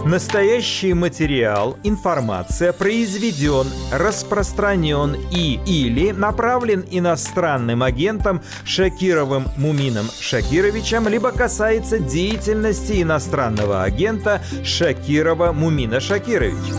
Настоящий материал, информация произведен, распространен или направлен иностранным агентом Шакировым Мумином Шакировичем, либо касается деятельности иностранного агента Шакирова Мумина Шакировича.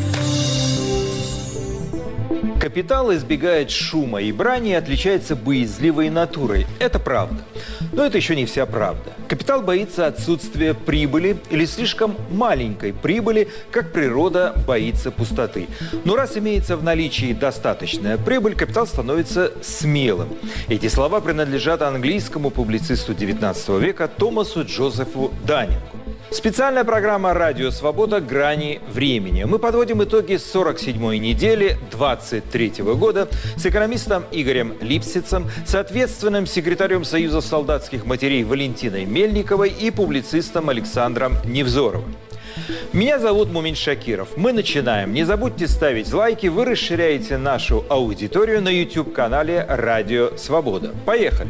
Капитал избегает шума и брани и отличается боязливой натурой. Это правда. Но это еще не вся правда. Капитал боится отсутствия прибыли или слишком маленькой прибыли, как природа боится пустоты. Но раз имеется в наличии достаточная прибыль, капитал становится смелым. Эти слова принадлежат английскому публицисту XIX века Томасу Джозефу Даннингу. Специальная программа «Радио Свобода. Грани времени». Мы подводим итоги 47-й недели 23 года с экономистом Игорем Липсицем, с ответственным секретарем Союза солдатских матерей Валентиной Мельниковой и публицистом Александром Невзоровым. Меня зовут Мумин Шакиров. Мы начинаем. Не забудьте ставить лайки. Вы расширяете нашу аудиторию на YouTube-канале «Радио Свобода». Поехали!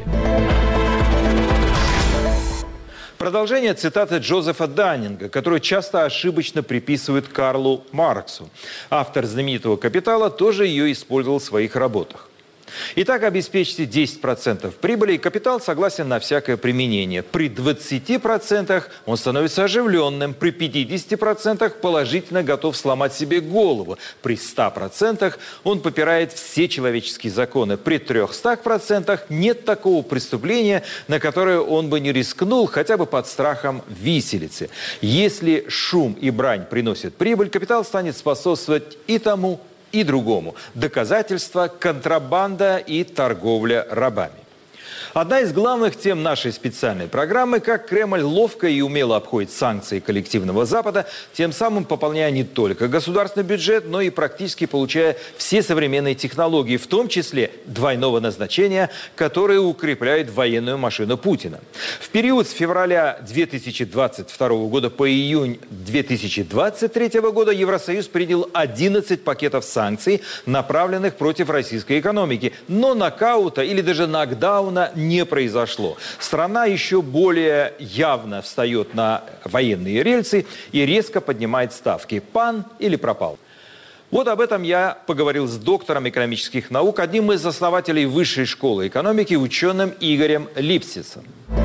Продолжение цитаты Джозефа Даннинга, которую часто ошибочно приписывают Карлу Марксу. Автор знаменитого «Капитала» тоже ее использовал в своих работах. Итак, обеспечьте 10% прибыли, и капитал согласен на всякое применение. При 20% он становится оживленным, при 50% положительно готов сломать себе голову, при 100% он попирает все человеческие законы, при 300% нет такого преступления, на которое он бы не рискнул хотя бы под страхом виселицы. Если шум и брань приносят прибыль, капитал станет способствовать и тому, и другому. Доказательства, контрабанда и торговля рабами. Одна из главных тем нашей специальной программы – как Кремль ловко и умело обходит санкции коллективного Запада, тем самым пополняя не только государственный бюджет, но и практически получая все современные технологии, в том числе двойного назначения, которые укрепляют военную машину Путина. В период с февраля 2022 года по июнь 2023 года Евросоюз принял 11 пакетов санкций, направленных против российской экономики. Но нокаута или даже нокдауна не произошло. Страна еще более явно встает на военные рельсы и резко поднимает ставки. Пан или пропал? Вот об этом я поговорил с доктором экономических наук, одним из основателей Высшей школы экономики, ученым Игорем Липсицем.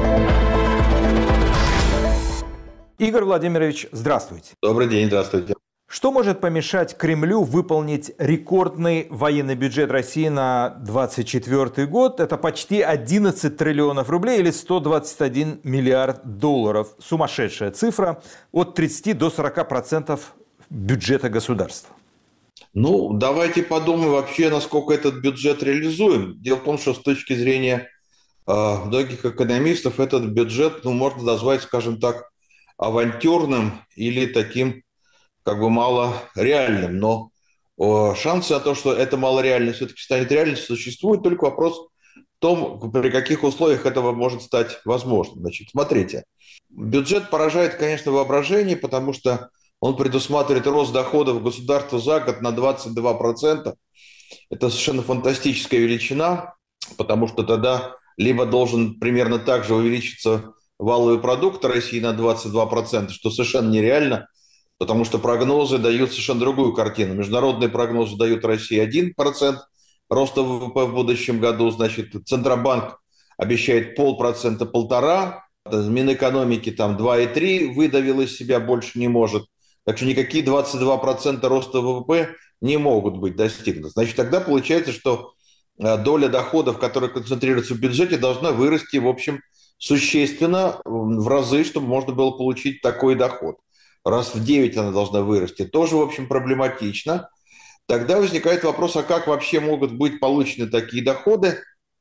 Игорь Владимирович, здравствуйте. Добрый день, здравствуйте. Что может помешать Кремлю выполнить рекордный военный бюджет России на 2024 год? Это почти 11 триллионов рублей или 121 миллиард долларов. Сумасшедшая цифра, от 30 до 40% бюджета государства. Ну, давайте подумаем вообще, насколько этот бюджет реализуем. Дело в том, что с точки зрения многих экономистов этот бюджет, можно назвать, скажем так, авантюрным или таким как бы малореальным, но шансы на то, что это малореально все-таки станет реальностью, существует. Только вопрос в том, при каких условиях этого может стать возможным. Значит, смотрите, бюджет поражает, конечно, воображение, потому что он предусматривает рост доходов государства за год на 22%. Это совершенно фантастическая величина, потому что тогда либо должен примерно так же увеличиться валовый продукт России на 22%, что совершенно нереально, потому что прогнозы дают совершенно другую картину. Международные прогнозы дают России 1% роста ВВП в будущем году. Значит, Центробанк обещает 0,5%, 1,5%. Минэкономики там 2,3% выдавил из себя, больше не может. Так что никакие 22% роста ВВП не могут быть достигнуты. Значит, тогда получается, что доля доходов, которая концентрируется в бюджете, должна вырасти, в общем, существенно, в разы, чтобы можно было получить такой доход. Раз в 9 она должна вырасти, тоже, в общем, проблематично. Тогда возникает вопрос, а как вообще могут быть получены такие доходы?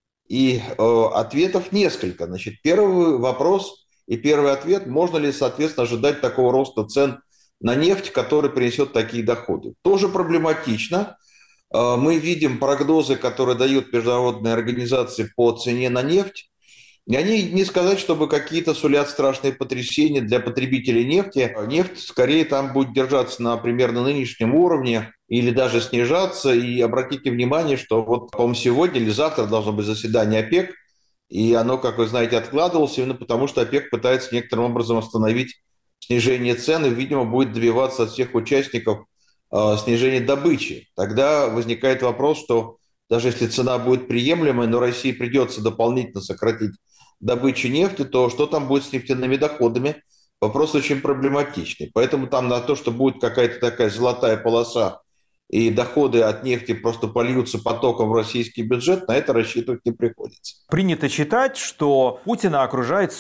И ответов несколько. Значит, первый вопрос и первый ответ, можно ли, соответственно, ожидать такого роста цен на нефть, который принесет такие доходы? Тоже проблематично. Мы видим прогнозы, которые дают международные организации по цене на нефть. И они не сказать, чтобы какие-то сулят страшные потрясения для потребителей нефти. Нефть скорее там будет держаться на примерно нынешнем уровне или даже снижаться. И обратите внимание, что вот, по-моему, сегодня или завтра должно быть заседание ОПЕК. И оно, как вы знаете, откладывалось именно потому, что ОПЕК пытается некоторым образом остановить снижение цен и, видимо, будет добиваться от всех участников снижения добычи. Тогда возникает вопрос, что даже если цена будет приемлемой, но России придется дополнительно сократить добычу нефти, то что там будет с нефтяными доходами? Вопрос очень проблематичный. Поэтому там на то, что будет какая-то такая золотая полоса и доходы от нефти просто польются потоком в российский бюджет, на это рассчитывать не приходится. Принято считать, что Путина окружают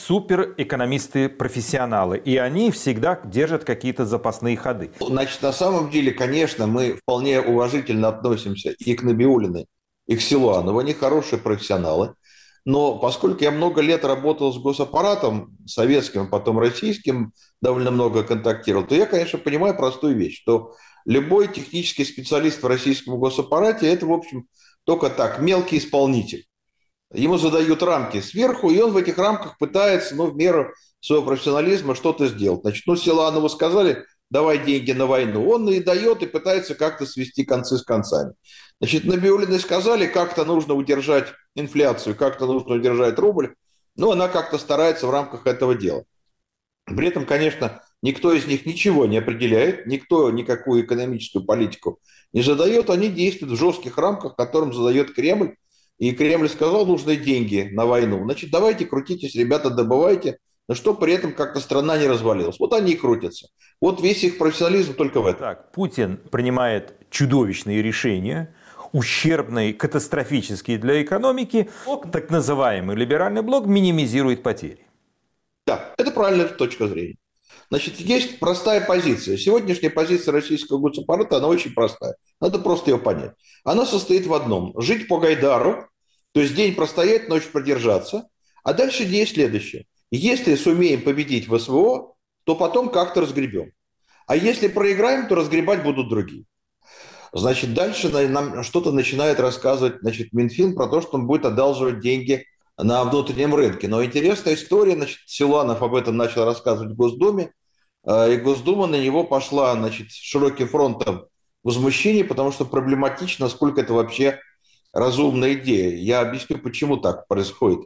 суперэкономисты-профессионалы, и они всегда держат какие-то запасные ходы. Значит, на самом деле, конечно, мы вполне уважительно относимся и к Набиуллиной, и к Силуанову. Они хорошие профессионалы. Но поскольку я много лет работал с госаппаратом советским, потом российским, довольно много контактировал, то я, конечно, понимаю простую вещь, что любой технический специалист в российском госаппарате – это, в общем, только так, мелкий исполнитель. Ему задают рамки сверху, и он в этих рамках пытается, в меру своего профессионализма что-то сделать. Значит, Силуанову сказали, давай деньги на войну. Он и дает, и пытается как-то свести концы с концами. Значит, Набиуллиной сказали, как-то нужно удержать инфляцию, как-то нужно удержать рубль. Она как-то старается в рамках этого дела. При этом, конечно, никто из них ничего не определяет, никто никакую экономическую политику не задает. Они действуют в жестких рамках, которым задает Кремль. И Кремль сказал, нужны деньги на войну. Значит, давайте крутитесь, ребята, добывайте, но что при этом как-то страна не развалилась. Вот они и крутятся. Вот весь их профессионализм только в этом. Так, Путин принимает чудовищные решения, ущербные, катастрофические для экономики. Так называемый либеральный блок минимизирует потери. Да, это правильная точка зрения. Значит, есть простая позиция. Сегодняшняя позиция российского госаппарата, она очень простая. Надо просто ее понять. Она состоит в одном. Жить по Гайдару, то есть день простоять, ночь продержаться. А дальше идея следующая. Если сумеем победить в СВО, то потом как-то разгребем. А если проиграем, то разгребать будут другие. Значит, дальше нам что-то начинает рассказывать, Минфин про то, что он будет одалживать деньги на внутреннем рынке. Но интересная история, Силуанов об этом начал рассказывать в Госдуме, и Госдума на него пошла, широким фронтом возмущения, потому что проблематично, насколько это вообще разумная идея. Я объясню, почему так происходит.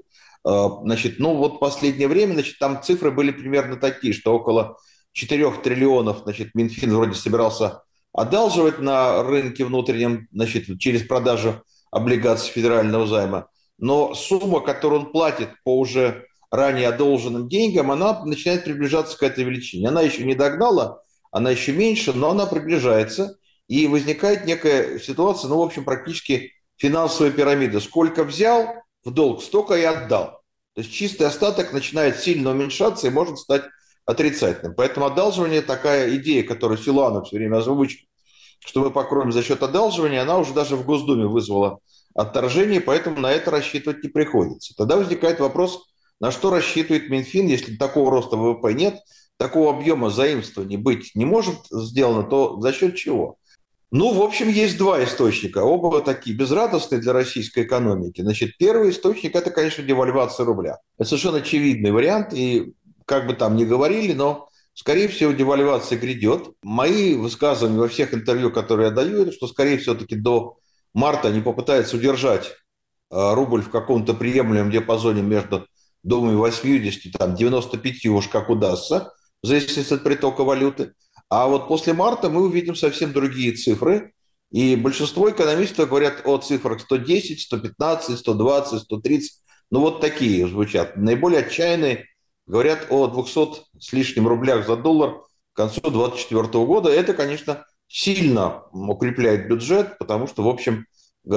В последнее время, там цифры были примерно такие, что около 4 триллионов, Минфин вроде собирался одалживать на рынке внутреннем, через продажу облигаций федерального займа. Но сумма, которую он платит по уже ранее одолженным деньгам, она начинает приближаться к этой величине. Она еще не догнала, она еще меньше, но она приближается. И возникает некая ситуация, практически финансовая пирамида. Сколько взял в долг, столько и отдал. То есть чистый остаток начинает сильно уменьшаться и может стать отрицательным. Поэтому одалживание такая идея, которую Силуанов все время озвучивает, что мы покроем за счет одалживания, она уже даже в Госдуме вызвала отторжение, поэтому на это рассчитывать не приходится. Тогда возникает вопрос, на что рассчитывает Минфин, если такого роста ВВП нет, такого объема заимствований быть не может сделано, то за счет чего? В общем, есть два источника, оба такие безрадостные для российской экономики. Первый источник – это, конечно, девальвация рубля. Это совершенно очевидный вариант, и как бы там ни говорили, но, скорее всего, девальвация грядет. Мои высказывания во всех интервью, которые я даю, это что, скорее всего, таки до марта они попытаются удержать рубль в каком-то приемлемом диапазоне между, думаю, 80 и 95 уж как удастся, в зависимости от притока валюты. А вот после марта мы увидим совсем другие цифры. И большинство экономистов говорят о цифрах 110, 115, 120, 130. Такие звучат. Наиболее отчаянные говорят о 200 с лишним рублях за доллар к концу 2024 года. Это, конечно, сильно укрепляет бюджет, потому что, в общем,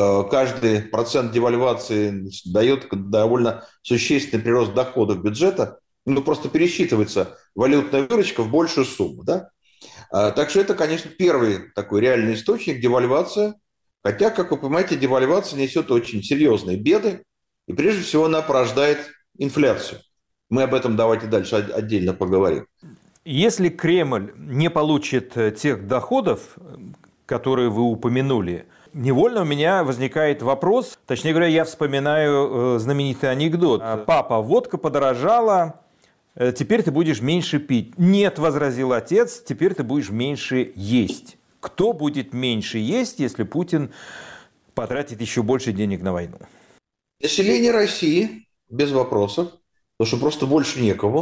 каждый процент девальвации дает довольно существенный прирост доходов бюджета. Просто пересчитывается валютная выручка в большую сумму. Да? Так что это, конечно, первый такой реальный источник – девальвация. Хотя, как вы понимаете, девальвация несет очень серьезные беды. И прежде всего она порождает инфляцию. Мы об этом давайте дальше отдельно поговорим. Если Кремль не получит тех доходов, которые вы упомянули, невольно у меня возникает вопрос, точнее говоря, я вспоминаю знаменитый анекдот. «Папа, водка подорожала, теперь ты будешь меньше пить». «Нет», – возразил отец, – «теперь ты будешь меньше есть». Кто будет меньше есть, если Путин потратит еще больше денег на войну? Население России, без вопросов, потому что просто больше некому.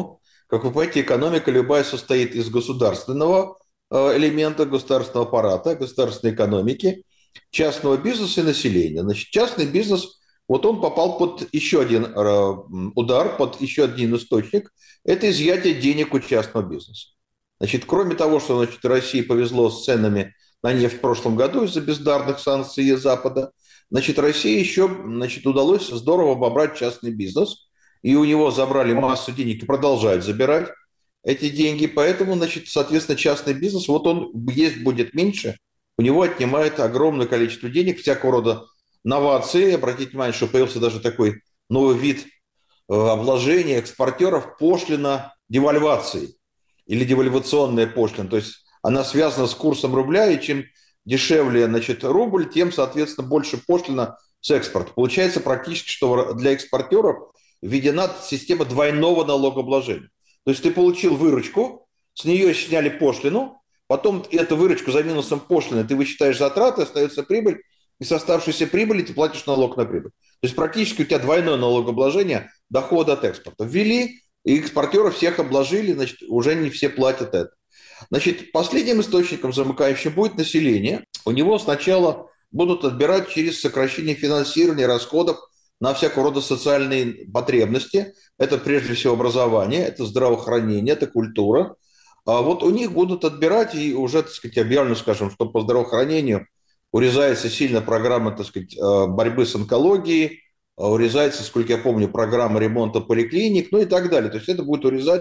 Как вы понимаете, экономика любая состоит из государственного элемента, государственного аппарата, государственной экономики, частного бизнеса и населения. Значит, частный бизнес, вот он попал под еще один удар, под еще один источник. Это изъятие денег у частного бизнеса. Значит, кроме того, что России повезло с ценами на нефть в прошлом году из-за бездарных санкций Запада, России еще удалось здорово обобрать частный бизнес, и у него забрали массу денег и продолжают забирать эти деньги. Поэтому, соответственно, частный бизнес, вот он есть будет меньше, у него отнимает огромное количество денег, всякого рода новации. Обратите внимание, что появился даже такой новый вид обложения экспортеров, пошлина девальвации или девальвационная пошлина. То есть она связана с курсом рубля, и чем дешевле рубль, тем, соответственно, больше пошлина с экспорта. Получается практически, что для экспортеров введена система двойного налогообложения. То есть ты получил выручку, с нее сняли пошлину, потом эту выручку за минусом пошлины ты высчитаешь затраты, остается прибыль, и с оставшейся прибыли ты платишь налог на прибыль. То есть практически у тебя двойное налогообложение дохода от экспорта. Ввели, и экспортеров всех обложили, уже не все платят это. Последним источником замыкающим будет население. У него сначала будут отбирать через сокращение финансирования расходов на всякого рода социальные потребности. Это прежде всего образование, это здравоохранение, это культура. А вот у них будут отбирать, и уже, объявлено, скажем, что по здравоохранению урезается сильно программа, борьбы с онкологией, урезается, сколько я помню, программа ремонта поликлиник, и так далее. То есть это будет урезать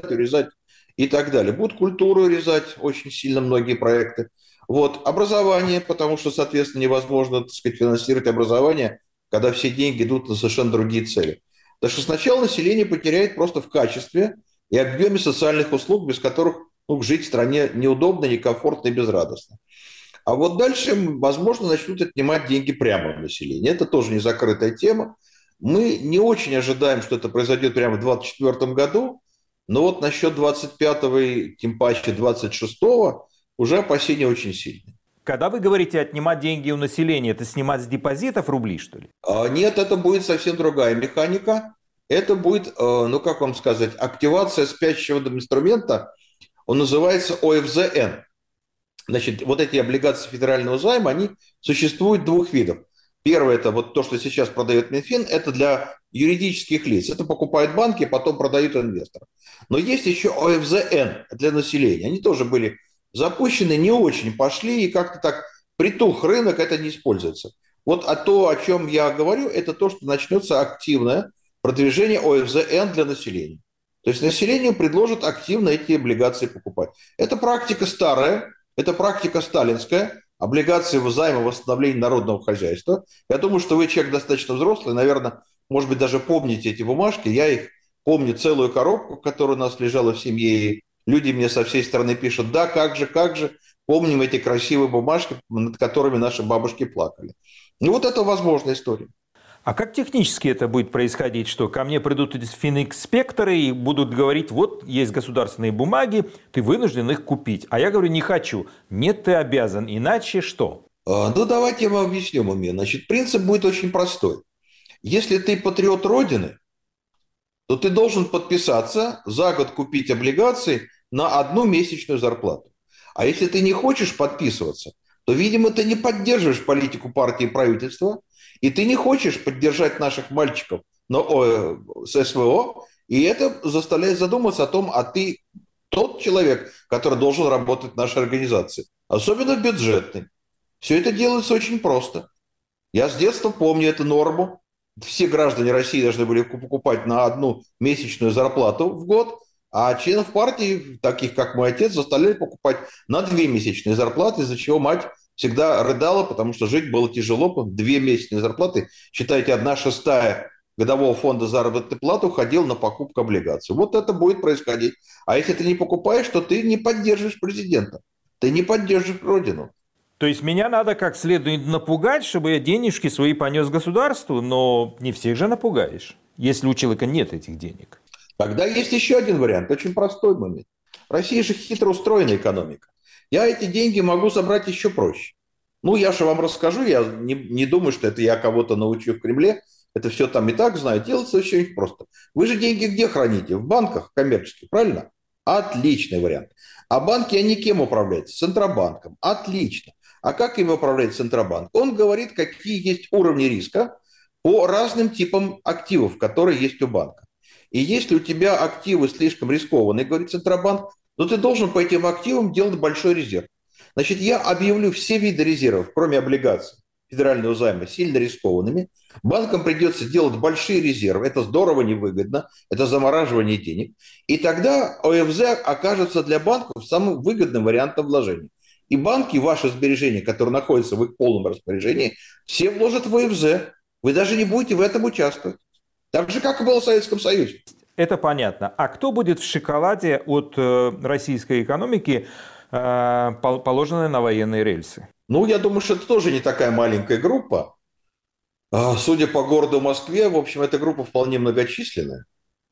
и так далее. Будут культуру урезать очень сильно многие проекты. Вот. Образование, потому что, соответственно, невозможно, финансировать образование, когда все деньги идут на совершенно другие цели. Так что сначала население потеряет просто в качестве и объеме социальных услуг, без которых жить в стране неудобно, некомфортно и безрадостно. А вот дальше, возможно, начнут отнимать деньги прямо у населения. Это тоже не закрытая тема. Мы не очень ожидаем, что это произойдет прямо в 2024 году, но вот насчет 25-го и тем паче 26-го уже опасения очень сильные. Когда вы говорите отнимать деньги у населения, это снимать с депозитов рубли, что ли? Нет, это будет совсем другая механика. Это будет, как вам сказать, активация спящего инструмента. Он называется ОФЗН. Вот эти облигации федерального займа, они существуют двух видов. Первое, это вот то, что сейчас продает Минфин, это для юридических лиц. Это покупают банки, потом продают инвесторам. Но есть еще ОФЗН для населения. Они тоже были запущены, не очень пошли, и как-то так притух рынок, это не используется. То, о чем я говорю, это то, что начнется активное продвижение ОФЗН для населения. То есть населению предложат активно эти облигации покупать. Это практика старая, это практика сталинская, облигации займа восстановления народного хозяйства. Я думаю, что вы человек достаточно взрослый, наверное, может быть, даже помните эти бумажки. Я их помню, целую коробку, которая у нас лежала в семье, и люди мне со всей страны пишут: да, как же, помним эти красивые бумажки, над которыми наши бабушки плакали. Это возможная история. А как технически это будет происходить? Что ко мне придут фининспекторы и будут говорить: вот есть государственные бумаги, ты вынужден их купить. А я говорю: не хочу. Нет, ты обязан. Иначе что? Давайте я вам объясню, Муми. Принцип будет очень простой. Если ты патриот Родины, то ты должен подписаться, за год купить облигации на 1 месячную зарплату. А если ты не хочешь подписываться, то, видимо, ты не поддерживаешь политику партии и правительства, и ты не хочешь поддержать наших мальчиков с СВО, и это заставляет задуматься о том, а ты тот человек, который должен работать в нашей организации, особенно в бюджетной. Все это делается очень просто. Я с детства помню эту норму. Все граждане России должны были покупать на 1 месячную зарплату в год, а членов партии, таких как мой отец, заставляли покупать на 2 месячные зарплаты, из-за чего мать всегда рыдала, потому что жить было тяжело. 2 месячные зарплаты, считайте, 1/6 годового фонда заработной платы уходил на покупку облигаций. Вот это будет происходить. А если ты не покупаешь, то ты не поддерживаешь президента, ты не поддерживаешь Родину. То есть меня надо как следует напугать, чтобы я денежки свои понес государству, но не всех же напугаешь, если у человека нет этих денег. Тогда есть еще один вариант, очень простой момент. Россия же хитро устроена экономика. Я эти деньги могу забрать еще проще. Я же вам расскажу, я не думаю, что это я кого-то научу в Кремле. Это все там и так знаю. Делается очень просто. Вы же деньги где храните? В банках коммерческих, правильно? Отличный вариант. А банки, они кем управляются? Центробанком. Отлично. А как ими управляет Центробанк? Он говорит, какие есть уровни риска по разным типам активов, которые есть у банка. И если у тебя активы слишком рискованные, говорит Центробанк, то ты должен по этим активам делать большой резерв. Значит, я объявлю все виды резервов, кроме облигаций федерального займа, сильно рискованными. Банкам придется делать большие резервы. Это здорово невыгодно. Это замораживание денег. И тогда ОФЗ окажется для банков самым выгодным вариантом вложения. И банки, ваши сбережения, которые находятся в их полном распоряжении, все вложат в ОФЗ. Вы даже не будете в этом участвовать. Так же, как и было в Советском Союзе. Это понятно. А кто будет в шоколаде от российской экономики, положенной на военные рельсы? Ну, я думаю, что это тоже не такая маленькая группа. Судя по городу Москве, в общем, эта группа вполне многочисленная.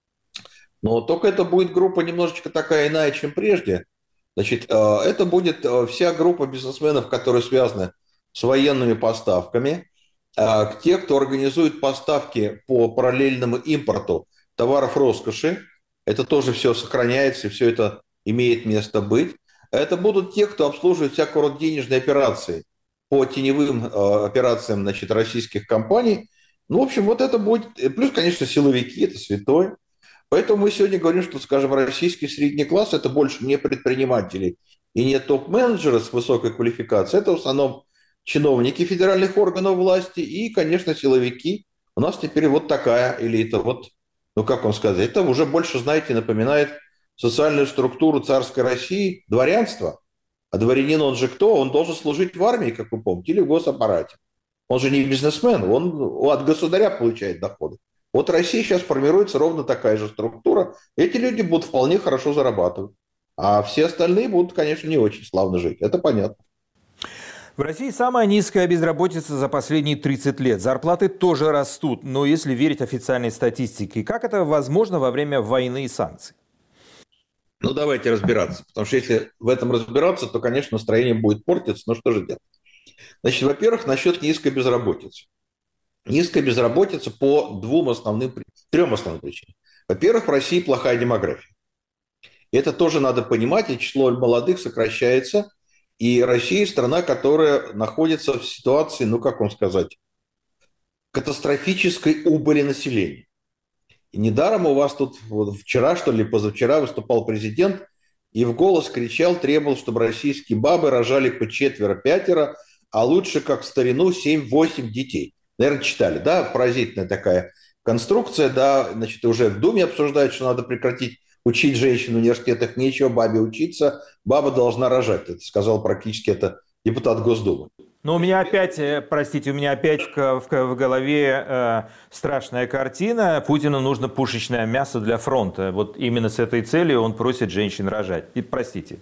Но только это будет группа немножечко такая иная, чем прежде. Значит, это будет вся группа бизнесменов, которые связаны с военными поставками, те, кто организует поставки по параллельному импорту товаров роскоши. Это тоже все сохраняется, и все это имеет место быть. Это будут те, кто обслуживает всякого рода денежные операции по теневым операциям, значит, российских компаний. Ну, в общем, вот это будет... Плюс, конечно, силовики, это святое. Поэтому мы сегодня говорим, что, скажем, российский средний класс – это больше не предприниматели и не топ-менеджеры с высокой квалификацией. Это в основном чиновники федеральных органов власти и, конечно, силовики. У нас теперь вот такая элита. Вот, ну, как вам сказать, это уже больше, знаете, напоминает социальную структуру царской России, дворянство. А дворянин, он же кто? Он должен служить в армии, как вы помните, или в госаппарате. Он же не бизнесмен, он от государя получает доходы. Вот в России сейчас формируется ровно такая же структура. Эти люди будут вполне хорошо зарабатывать. А все остальные будут, конечно, не очень славно жить. Это понятно. В России самая низкая безработица за последние 30 лет. Зарплаты тоже растут, но если верить официальной статистике, как это возможно во время войны и санкций? Ну, давайте разбираться. Потому что если в этом разбираться, то, конечно, настроение будет портиться. Но что же делать? Значит, во-первых, насчет низкой безработицы. Низкая безработица по трем основным причинам. Во-первых, в России плохая демография. Это тоже надо понимать, и число молодых сокращается. И Россия страна, которая находится в ситуации, ну, как вам сказать, катастрофической убыли населения. И недаром у вас тут вчера, что ли, позавчера выступал президент и в голос кричал, требовал, чтобы российские бабы рожали по 4-5, а лучше, как в старину, 7-8 детей. Наверное, читали, да? Поразительная такая конструкция, да, значит, уже в Думе обсуждают, что надо прекратить учить женщин в университетах, нечего бабе учиться, баба должна рожать. Это сказал практически это депутат Госдумы. Но у меня опять, простите, у меня опять в голове страшная картина. Путину нужно пушечное мясо для фронта. Вот именно с этой целью он просит женщин рожать. И простите.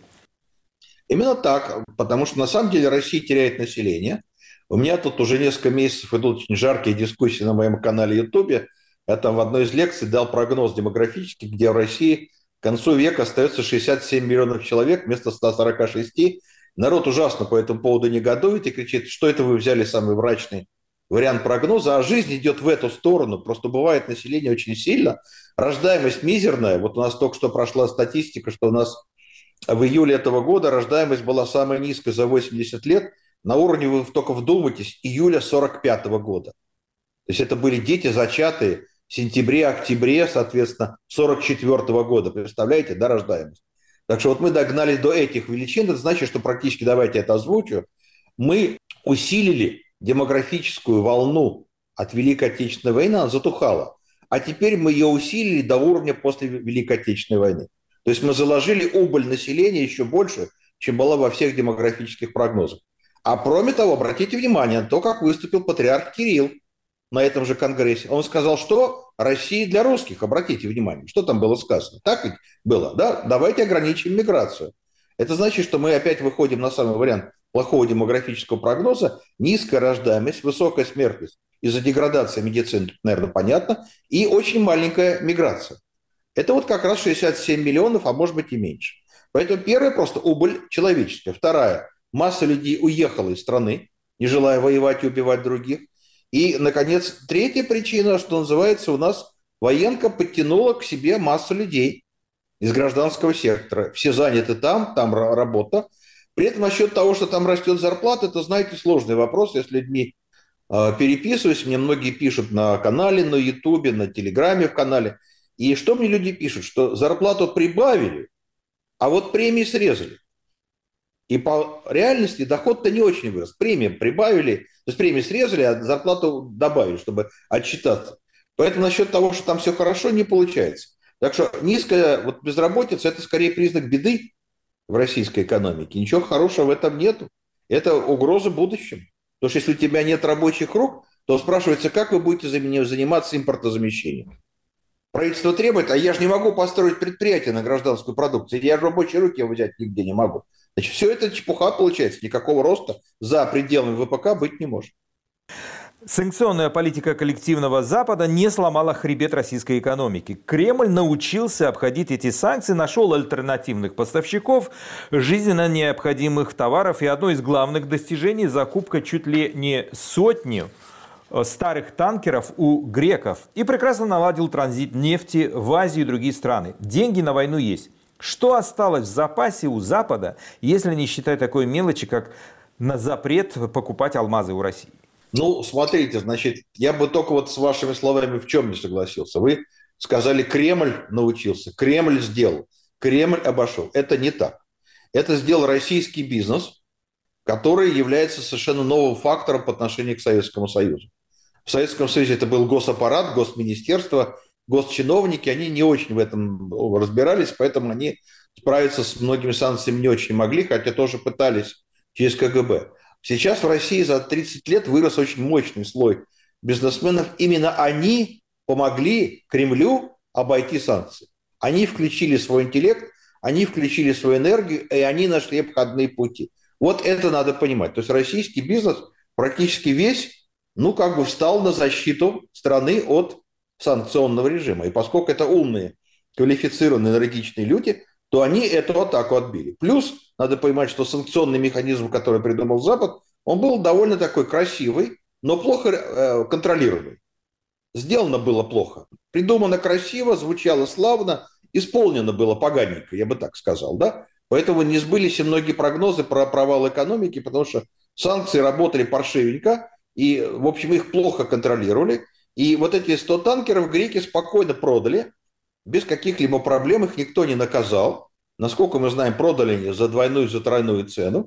Именно так, потому что на самом деле Россия теряет население. У меня тут уже несколько месяцев идут очень жаркие дискуссии на моем канале Ютубе. Я там в одной из лекций дал прогноз демографический, где в России к концу века остается 67 миллионов человек вместо 146. Народ ужасно по этому поводу негодует и кричит, что это вы взяли самый мрачный вариант прогноза, а жизнь идет в эту сторону. Просто бывает население очень сильно, рождаемость мизерная. Вот у нас только что прошла статистика, что у нас в июле этого года рождаемость была самая низкая за 80 лет, на уровне, вы только вдумайтесь, июля 45 года. То есть это были дети, зачатые в сентябре-октябре, соответственно, 44 года. Представляете, да, рождаемость? Так что вот мы догнали до этих величин. Это значит, что практически, давайте это озвучу, мы усилили демографическую волну от Великой Отечественной войны, она затухала. А теперь мы ее усилили до уровня после Великой Отечественной войны. То есть мы заложили убыль населения еще больше, чем была во всех демографических прогнозах. А кроме того, обратите внимание на то, как выступил патриарх Кирилл на этом же конгрессе. Он сказал, что Россия для русских. Обратите внимание, что там было сказано. Так ведь было, да? Давайте ограничим миграцию. Это значит, что мы опять выходим на самый вариант плохого демографического прогноза. Низкая рождаемость, высокая смертность из-за деградации медицины, наверное, понятно, и очень маленькая миграция. Это вот как раз 67 миллионов, а может быть и меньше. Поэтому первая просто убыль человеческая. Вторая, масса людей уехала из страны, не желая воевать и убивать других. И, наконец, третья причина, что называется, у нас военка подтянула к себе массу людей. из гражданского сектора. Все заняты там, там работа. При этом насчет того, что там растет зарплата, это, знаете, сложный вопрос. Я с людьми переписываюсь, мне многие пишут на канале, на Ютубе, на Телеграме в канале. И что мне люди пишут? Что зарплату прибавили, а вот премии срезали. И по реальности доход-то не очень вырос. Премии прибавили, то есть премии срезали, а зарплату добавили, чтобы отчитаться. Поэтому насчет того, что там все хорошо, не получается. Так что низкая вот безработица – это скорее признак беды в российской экономике. Ничего хорошего в этом нету. Это угроза будущему. Потому что если у тебя нет рабочих рук, то спрашивается, как вы будете заниматься импортозамещением. Правительство требует, а я же не могу построить предприятие на гражданскую продукцию. Я же рабочие руки взять нигде не могу. Значит, все это чепуха получается. Никакого роста за пределами ВПК быть не может. Санкционная политика коллективного Запада не сломала хребет российской экономики. Кремль научился обходить эти санкции, нашел альтернативных поставщиков жизненно необходимых товаров. И одно из главных достижений – закупка чуть ли не сотни старых танкеров у греков. И прекрасно наладил транзит нефти в Азию и другие страны. Деньги на войну есть. Что осталось в запасе у Запада, если не считать такой мелочи, как на запрет покупать алмазы у России? Ну, смотрите, значит, я бы только вот с вашими словами в чем не согласился. Вы сказали, Кремль научился, Кремль сделал, Кремль обошел. Это не так. Это сделал российский бизнес, который является совершенно новым фактором по отношению к Советскому Союзу. В Советском Союзе это был госаппарат, госминистерство, госчиновники, они не очень в этом разбирались, поэтому они справиться с многими санкциями не очень могли, хотя тоже пытались через КГБ. Сейчас в России за 30 лет вырос очень мощный слой бизнесменов. Именно они помогли Кремлю обойти санкции. Они включили свой интеллект, они включили свою энергию, и они нашли обходные пути. Вот это надо понимать. То есть российский бизнес практически весь встал на защиту страны от санкционного режима. И поскольку это умные, квалифицированные, энергичные люди, то они эту атаку отбили. Плюс надо понимать, что санкционный механизм, который придумал Запад, он был довольно такой красивый, но плохо контролируемый. Сделано было плохо. Придумано красиво, звучало славно, исполнено было поганенько, я бы так сказал, да? Поэтому не сбылись и многие прогнозы про провал экономики, потому что санкции работали паршивенько, и, в общем, их плохо контролировали. И вот эти 100 танкеров греки спокойно продали, без каких-либо проблем, их никто не наказал. Насколько мы знаем, продали они за двойную, за тройную цену.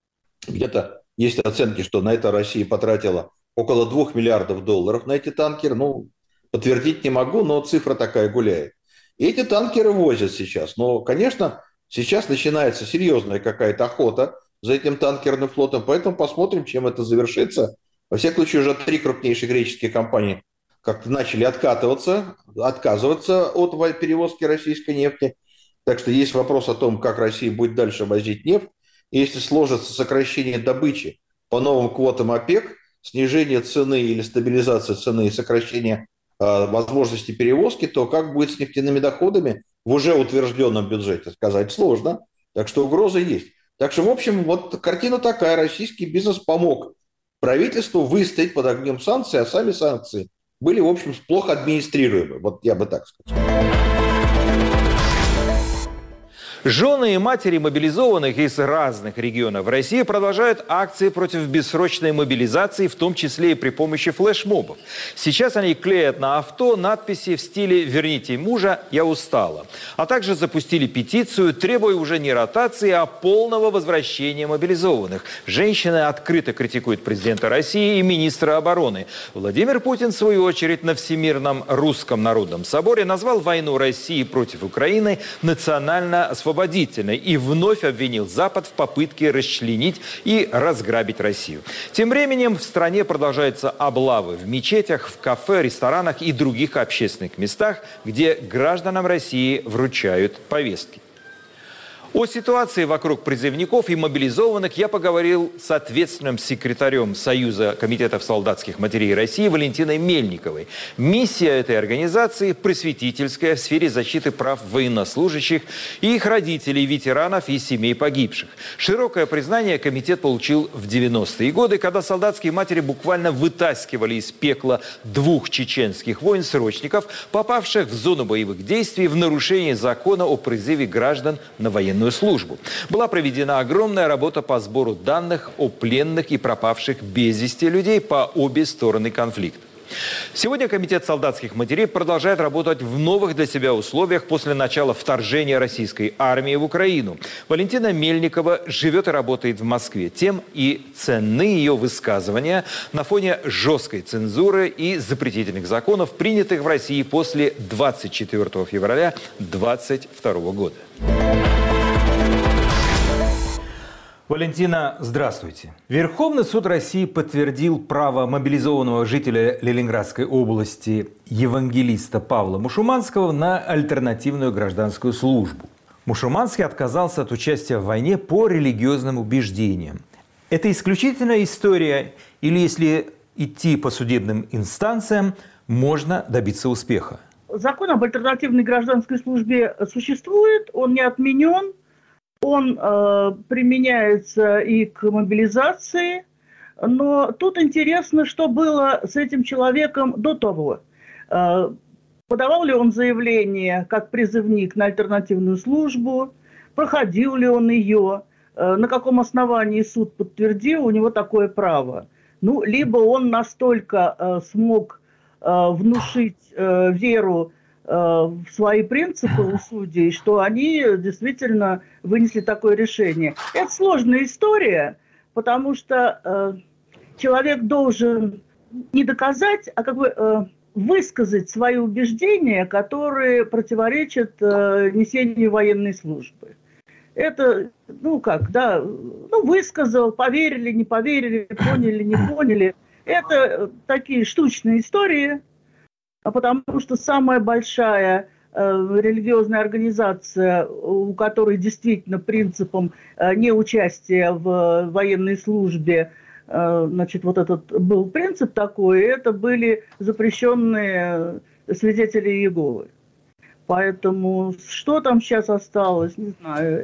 Где-то есть оценки, что на это Россия потратила около $2 миллиардов на эти танкеры. Подтвердить не могу, но цифра такая гуляет. И эти танкеры возят сейчас. Но, конечно, сейчас начинается серьезная какая-то охота за этим танкерным флотом. Поэтому посмотрим, чем это завершится. Во всяком случае, уже 3 крупнейшие греческие компании как-то начали отказываться от перевозки российской нефти. Так что есть вопрос о том, как Россия будет дальше возить нефть. И если сложится сокращение добычи по новым квотам ОПЕК, снижение цены или стабилизация цены и сокращение возможности перевозки, то как будет с нефтяными доходами в уже утвержденном бюджете, сказать сложно. Так что угроза есть. Так что, в общем, вот картина такая. Российский бизнес помог правительству выстоять под огнем санкций, а сами санкции были, в общем, плохо администрируемы. Вот я бы так сказал. Жены и матери мобилизованных из разных регионов России продолжают акции против бессрочной мобилизации, в том числе и при помощи флешмобов. Сейчас они клеят на авто надписи в стиле «Верните мужа, я устала». А также запустили петицию, требуя уже не ротации, а полного возвращения мобилизованных. Женщины открыто критикуют президента России и министра обороны. Владимир Путин, в свою очередь, на Всемирном русском народном соборе назвал войну России против Украины национально-освободительной и вновь обвинил Запад в попытке расчленить и разграбить Россию. Тем временем в стране продолжаются облавы в мечетях, в кафе, ресторанах и других общественных местах, где гражданам России вручают повестки. О ситуации вокруг призывников и мобилизованных я поговорил с ответственным секретарем Союза комитетов солдатских матерей России Валентиной Мельниковой. Миссия этой организации просветительская в сфере защиты прав военнослужащих и их родителей, ветеранов и семей погибших. Широкое признание комитет получил в 90-е годы, когда солдатские матери буквально вытаскивали из пекла 2 чеченских войн-срочников, попавших в зону боевых действий в нарушение закона о призыве граждан на военную службу. Была проведена огромная работа по сбору данных о пленных и пропавших без вести людей по обе стороны конфликта. Сегодня Комитет солдатских матерей продолжает работать в новых для себя условиях после начала вторжения российской армии в Украину. Валентина Мельникова живет и работает в Москве. Тем и ценны ее высказывания на фоне жесткой цензуры и запретительных законов, принятых в России после 24 февраля 2022 года. Валентина, здравствуйте. Верховный суд России подтвердил право мобилизованного жителя Ленинградской области евангелиста Павла Мушуманского на альтернативную гражданскую службу. Мушуманский отказался от участия в войне по религиозным убеждениям. Это исключительная история, или если идти по судебным инстанциям, можно добиться успеха? Закон об альтернативной гражданской службе существует, он не отменен. Он применяется и к мобилизации, но тут интересно, что было с этим человеком до того. Подавал ли он заявление как призывник на альтернативную службу, проходил ли он ее, на каком основании суд подтвердил у него такое право. Ну, либо он настолько смог внушить веру в свои принципы у судей, что они действительно вынесли такое решение. Это сложная история, потому что человек должен не доказать, а как бы высказать свои убеждения, которые противоречат несению военной службы. Это, высказал, поверили, не поверили, поняли, не поняли. Это такие штучные истории. Потому что самая большая религиозная организация, у которой действительно принципом неучастия в военной службе, вот этот был принцип такой, это были запрещенные свидетели Иеговы. Поэтому что там сейчас осталось, не знаю.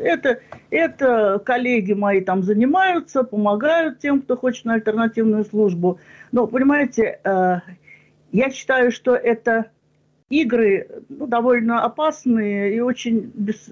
Это коллеги мои там занимаются, помогают тем, кто хочет на альтернативную службу. Но, понимаете, я считаю, что это игры довольно опасные и очень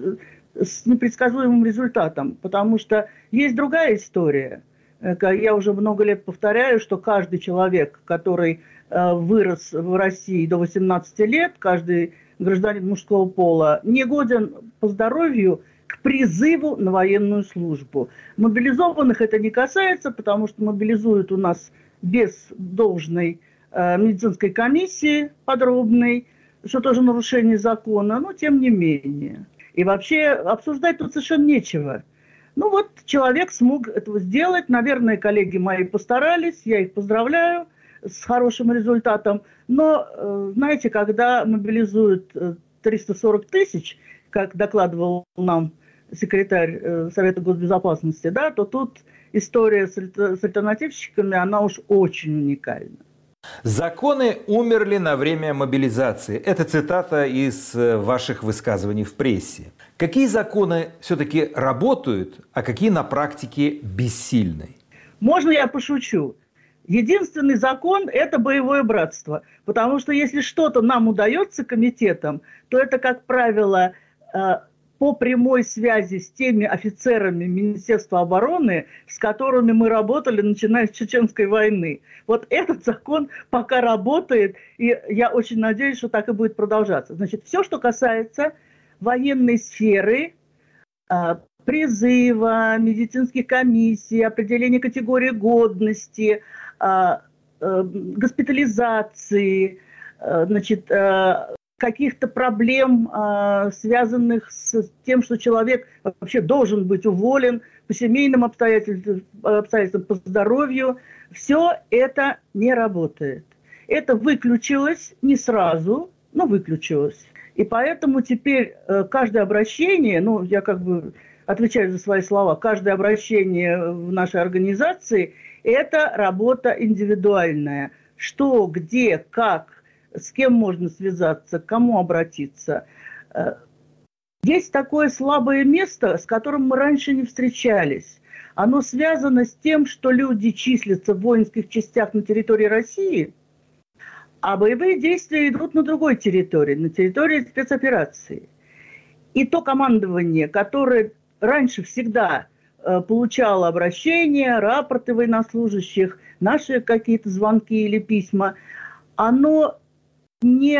с непредсказуемым результатом, потому что есть другая история. Я уже много лет повторяю, что каждый человек, который вырос в России до 18 лет, каждый гражданин мужского пола, не годен по здоровью к призыву на военную службу. Мобилизованных это не касается, потому что мобилизуют у нас без должной медицинской комиссии подробной, что тоже нарушение закона, но тем не менее. И вообще обсуждать тут совершенно нечего. Человек смог этого сделать, наверное, коллеги мои постарались, я их поздравляю с хорошим результатом, но, знаете, когда мобилизуют 340 тысяч, как докладывал нам секретарь Совета госбезопасности, то тут история с альтернативщиками, она уж очень уникальна. Законы умерли на время мобилизации. Это цитата из ваших высказываний в прессе. Какие законы все-таки работают, а какие на практике бессильны? Можно я пошучу? Единственный закон – это боевое братство. Потому что если что-то нам удается комитетам, то это, как правило, по прямой связи с теми офицерами Министерства обороны, с которыми мы работали, начиная с Чеченской войны. Вот этот закон пока работает, и я очень надеюсь, что так и будет продолжаться. Значит, все, что касается военной сферы, призыва, медицинских комиссий, определения категории годности, госпитализации, каких-то проблем, связанных с тем, что человек вообще должен быть уволен по семейным обстоятельствам, по здоровью, все это не работает. Это выключилось не сразу, но выключилось. И поэтому теперь каждое обращение, я отвечаю за свои слова, каждое обращение в нашей организации – это работа индивидуальная. Что, где, как, с кем можно связаться, к кому обратиться. Есть такое слабое место, с которым мы раньше не встречались. Оно связано с тем, что люди числятся в воинских частях на территории России, а боевые действия идут на другой территории, на территории спецоперации. И то командование, которое раньше всегда получало обращения, рапорты военнослужащих, наши какие-то звонки или письма, оно не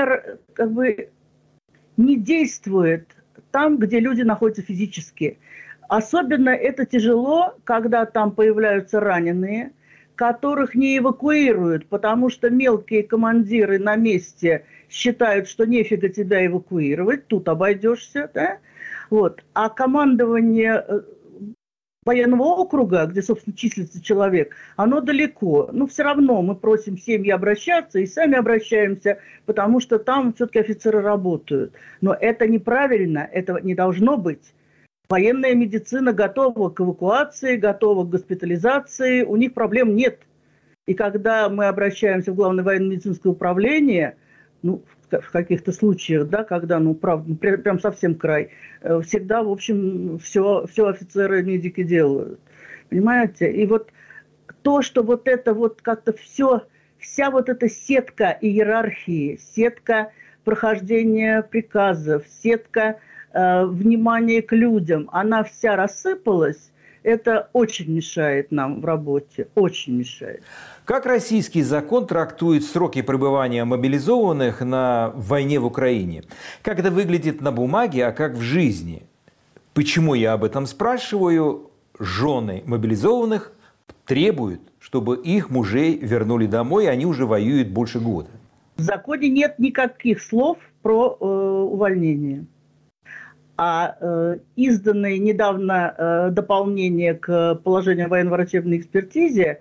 действует там, где люди находятся физически. Особенно это тяжело, когда там появляются раненые, которых не эвакуируют, потому что мелкие командиры на месте считают, что нефига тебя эвакуировать, тут обойдешься, да? Вот. А командование военного округа, где, собственно, числится человек, оно далеко. Но все равно мы просим семьи обращаться и сами обращаемся, потому что там все-таки офицеры работают. Но это неправильно, этого не должно быть. Военная медицина готова к эвакуации, готова к госпитализации, у них проблем нет. И когда мы обращаемся в Главное военно-медицинское управление, ну, в каких-то случаях, да, когда, ну, правда, прям совсем край, всегда, в общем, все офицеры, медики делают. Понимаете? И вот то, что вот это вот как-то вся вот эта сетка иерархии, сетка прохождения приказов, сетка внимания к людям, она вся рассыпалась, это очень мешает нам в работе, очень мешает. Как российский закон трактует сроки пребывания мобилизованных на войне в Украине? Как это выглядит на бумаге, а как в жизни? Почему я об этом спрашиваю? Жены мобилизованных требуют, чтобы их мужей вернули домой, и они уже воюют больше года. В законе нет никаких слов про увольнение. А изданное недавно дополнение к положению о военно-врачебной экспертизе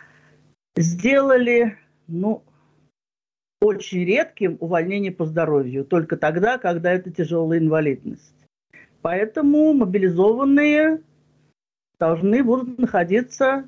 сделали, ну, очень редким увольнение по здоровью. Только тогда, когда это тяжелая инвалидность. Поэтому мобилизованные должны будут находиться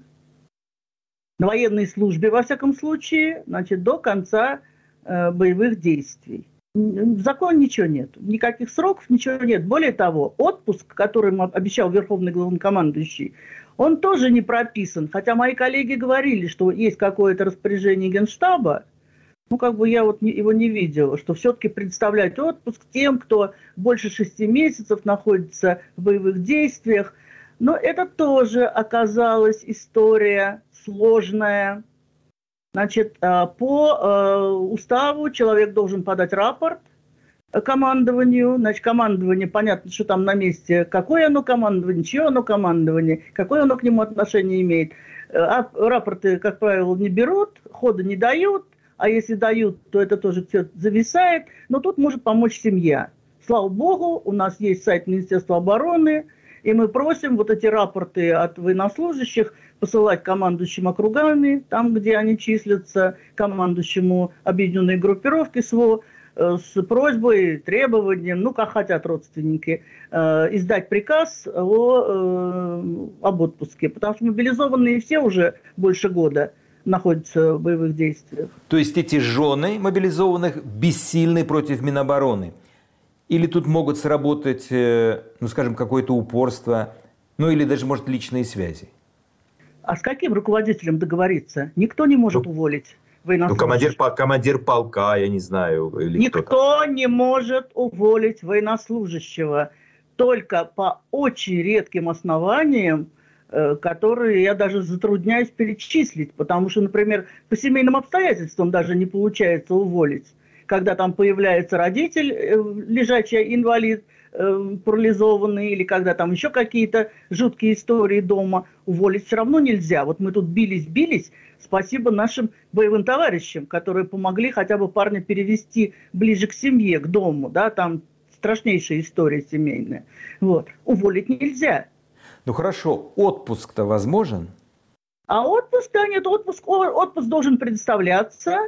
на военной службе, во всяком случае, значит, до конца боевых действий. В законе ничего нет, никаких сроков, ничего нет. Более того, отпуск, который обещал Верховный Главнокомандующий, он тоже не прописан. Хотя мои коллеги говорили, что есть какое-то распоряжение Генштаба, ну, как бы я вот его не видела, что все-таки предоставлять отпуск тем, кто больше 6 месяцев находится в боевых действиях. Но это тоже оказалась история сложная. Значит, по уставу человек должен подать рапорт командованию. Значит, командование, понятно, что там на месте, какое оно командование, чье оно командование, какое оно к нему отношение имеет. А рапорты, как правило, не берут, хода не дают, а если дают, то это тоже все зависает. Но тут может помочь семья. Слава богу, у нас есть сайт Министерства обороны, и мы просим вот эти рапорты от военнослужащих посылать командующим округами, там, где они числятся, командующему объединенной группировки СВО, с просьбой, требованием, ну, как хотят родственники, издать приказ об отпуске. Потому что мобилизованные все уже больше года находятся в боевых действиях. То есть эти жены мобилизованных бессильны против Минобороны? Или тут могут сработать, ну, скажем, какое-то упорство, ну, или даже, может, личные связи? А с каким руководителем договориться? Никто не может уволить военнослужащего. Ну, командир полка, я не знаю. Или никто не может уволить военнослужащего. Только по очень редким основаниям, которые я даже затрудняюсь перечислить. Потому что, например, по семейным обстоятельствам даже не получается уволить. Когда там появляется родитель, лежачий инвалид, парализованный, или когда там еще какие-то жуткие истории дома, уволить все равно нельзя. Вот мы тут бились, спасибо нашим боевым товарищам, которые помогли хотя бы парня перевести ближе к семье, к дому, да, там страшнейшая история семейная. Вот. Уволить нельзя. Ну хорошо, отпуск-то возможен? А отпуск, да, нет, отпуск должен предоставляться.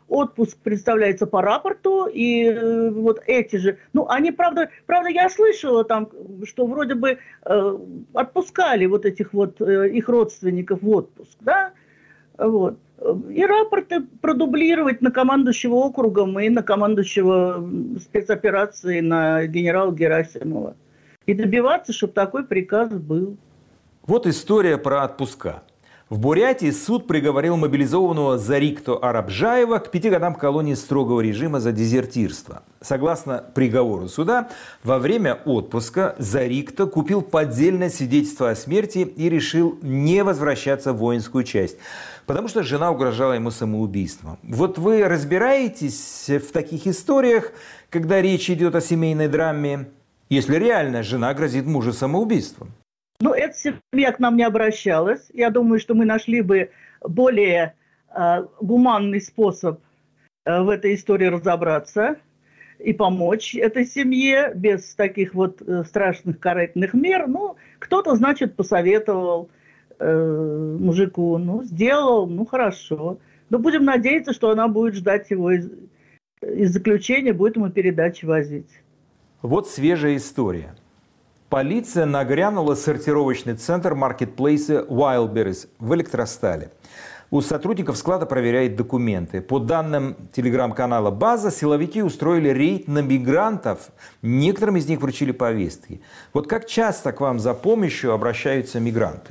отпуск представляется по рапорту, и вот эти же... Ну, они, правда, я слышала там, что вроде бы отпускали вот этих вот их родственников в отпуск, да, вот. И рапорты продублировать на командующего округом и на командующего спецоперации, на генерала Герасимова. И добиваться, чтобы такой приказ был. Вот история про отпуска. В Бурятии суд приговорил мобилизованного Зарикто Арабжаева к 5 годам колонии строгого режима за дезертирство. Согласно приговору суда, во время отпуска Зарикто купил поддельное свидетельство о смерти и решил не возвращаться в воинскую часть, потому что жена угрожала ему самоубийством. Вот вы разбираетесь в таких историях, когда речь идет о семейной драме, если реально жена грозит мужу самоубийством? Ну, эта семья к нам не обращалась. Я думаю, что мы нашли бы более гуманный способ в этой истории разобраться и помочь этой семье без таких вот страшных карательных мер. Ну, кто-то, значит, посоветовал мужику, ну, сделал, ну, хорошо. Но будем надеяться, что она будет ждать его из заключения, будет ему передачи возить. Вот свежая история. Полиция нагрянула сортировочный центр маркетплейса Wildberries в Электростале. У сотрудников склада проверяют документы. По данным телеграм-канала «База», силовики устроили рейд на мигрантов. Некоторым из них вручили повестки. Вот как часто к вам за помощью обращаются мигранты?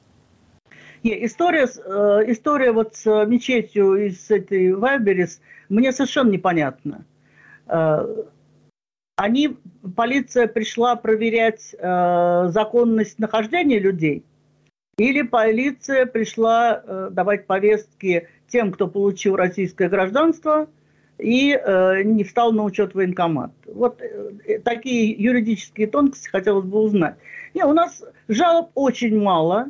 История вот с мечетью и с этой Wildberries мне совершенно непонятна. Полиция пришла проверять законность нахождения людей, или полиция пришла давать повестки тем, кто получил российское гражданство и не встал на учет в военкомат. Вот такие юридические тонкости хотелось бы узнать. У нас жалоб очень мало,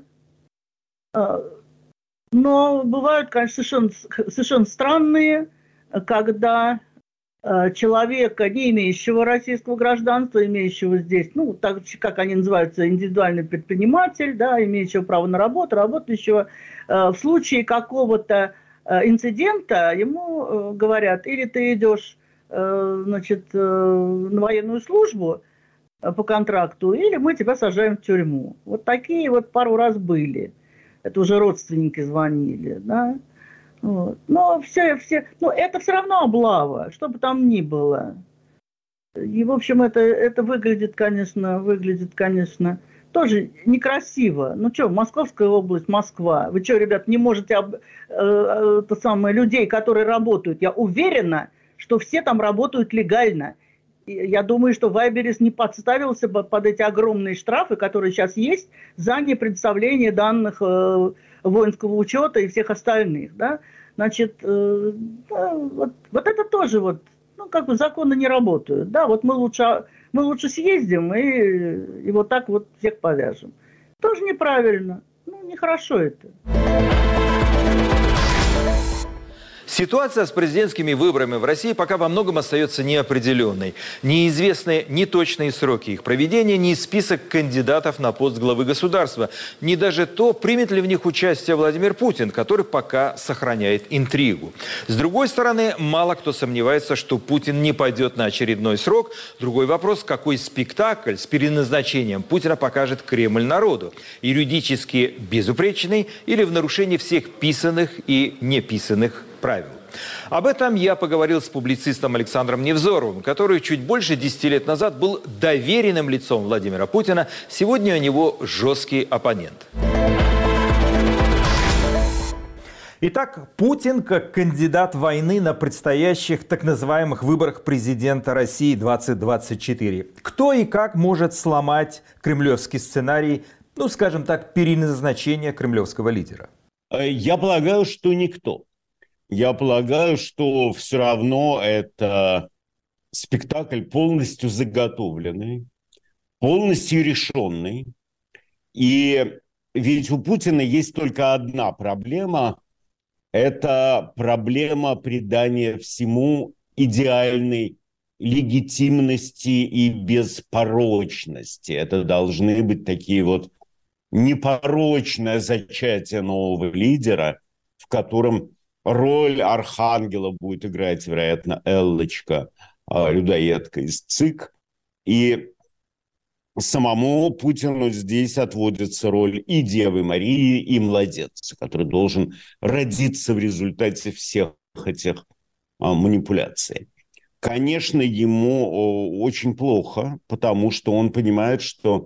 но бывают, конечно, совершенно странные, когда человека, не имеющего российского гражданства, имеющего здесь, ну, так как они называются, индивидуальный предприниматель, да, имеющего право на работу, работающего, в случае какого-то инцидента ему говорят, или ты идешь, значит, на военную службу по контракту, или мы тебя сажаем в тюрьму. Вот такие вот пару раз были. Это уже родственники звонили, да. Вот. Но это все равно облава, что бы там ни было. И, в общем, это выглядит, конечно, тоже некрасиво. Ну что, Московская область, Москва. Вы что, ребят, не можете людей, которые работают? Я уверена, что все там работают легально. И я думаю, что Wildberries не подставился бы под эти огромные штрафы, которые сейчас есть, за непредставление данных воинского учета и всех остальных, да, значит, вот это тоже вот, ну, как бы законы не работают, да, вот мы лучше съездим и вот так вот всех повяжем. Тоже неправильно, ну, нехорошо это. Ситуация с президентскими выборами в России пока во многом остается неопределенной. Неизвестны ни точные сроки их проведения, ни список кандидатов на пост главы государства, ни даже то, примет ли в них участие Владимир Путин, который пока сохраняет интригу. С другой стороны, мало кто сомневается, что Путин не пойдет на очередной срок. Другой вопрос, какой спектакль с переназначением Путина покажет Кремль народу. Юридически безупречный или в нарушении всех писанных и неписанных правил. Об этом я поговорил с публицистом Александром Невзоровым, который чуть больше 10 лет назад был доверенным лицом Владимира Путина. Сегодня у него жесткий оппонент. Итак, Путин как кандидат войны на предстоящих так называемых выборах президента России 2024. Кто и как может сломать кремлевский сценарий, ну, скажем так, переназначения кремлевского лидера? Я полагаю, что никто. Я полагаю, что все равно это спектакль полностью заготовленный, полностью решенный. И ведь у Путина есть только одна проблема – это проблема придания всему идеальной легитимности и беспорочности. Это должны быть такие вот непорочное зачатие нового лидера, в котором Роль архангела будет играть, вероятно, Эллочка, людоедка из ЦИК. И самому Путину здесь отводится роль и Девы Марии, и младенца, который должен родиться в результате всех этих манипуляций. Конечно, ему очень плохо, потому что он понимает, что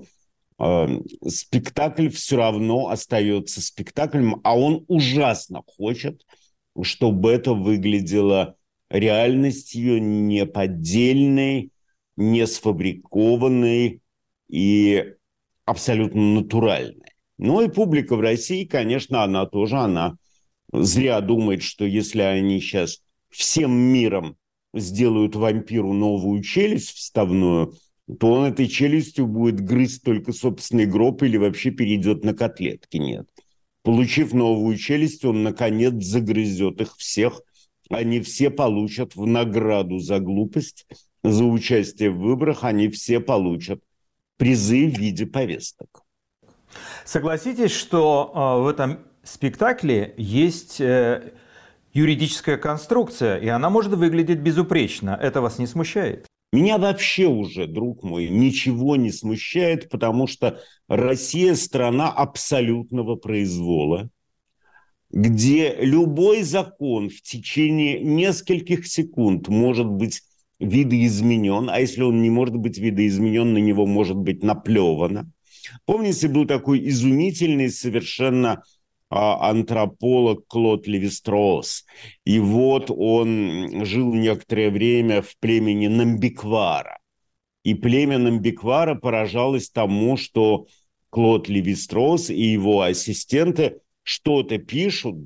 спектакль все равно остается спектаклем, а он ужасно хочет, чтобы это выглядело реальностью неподдельной, не сфабрикованной и абсолютно натуральной. Ну и публика в России, конечно, она зря думает, что если они сейчас всем миром сделают вампиру новую челюсть вставную, то он этой челюстью будет грызть только собственный гроб или вообще перейдет на котлетки. Нет. Получив новую челюсть, он, наконец, загрызет их всех. Они все получат в награду за глупость, за участие в выборах, они все получат призы в виде повесток. Согласитесь, что в этом спектакле есть юридическая конструкция, и она может выглядеть безупречно. Это вас не смущает? Меня вообще уже, друг мой, ничего не смущает, потому что Россия – страна абсолютного произвола, где любой закон в течение нескольких секунд может быть видоизменен, а если он не может быть видоизменен, на него может быть наплевано. Помните, был такой изумительный совершенно антрополог Клод Леви-Стросс. И вот он жил некоторое время в племени Намбиквара. И племя Намбиквара поражалось тому, что Клод Леви-Стросс и его ассистенты что-то пишут,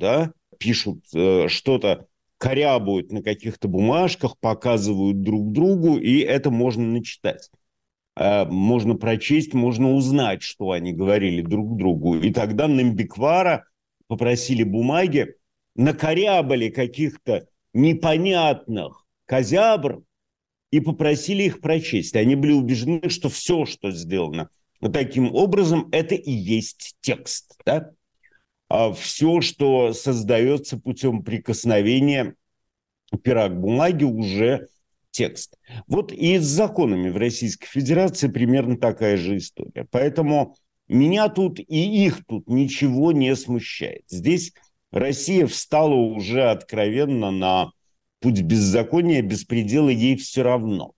что-то корябают на каких-то бумажках, показывают друг другу, и это можно начитать. Можно прочесть, можно узнать, что они говорили друг другу. И тогда Намбиквара попросили бумаги, накорябали каких-то непонятных козябр и попросили их прочесть. Они были убеждены, что все, что сделано таким образом, это и есть текст. Да? А все, что создается путем прикосновения пера к бумаге, уже текст. Вот и с законами в Российской Федерации примерно такая же история. Поэтому меня тут и их тут ничего не смущает. Здесь Россия встала уже откровенно на путь беззакония, беспредела, ей все равно.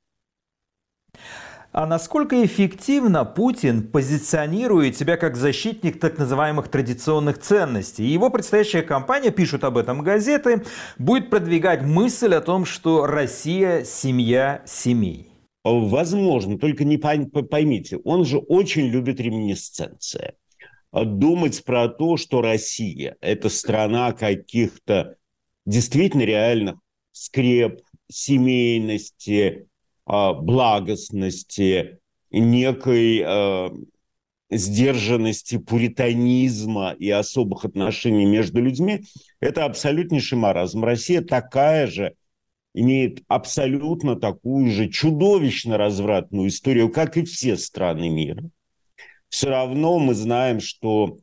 А насколько эффективно Путин позиционирует себя как защитник так называемых традиционных ценностей? Его предстоящая кампания, пишут об этом газеты, будет продвигать мысль о том, что Россия – семья семей. Возможно, только не поймите, он же очень любит реминисценции. Думать про то, что Россия – это страна каких-то действительно реальных скреп, семейности, благостности, некой сдержанности, пуританизма и особых отношений между людьми, это абсолютнейший маразм. Россия такая же, имеет абсолютно такую же чудовищно развратную историю, как и все страны мира. Все равно мы знаем, что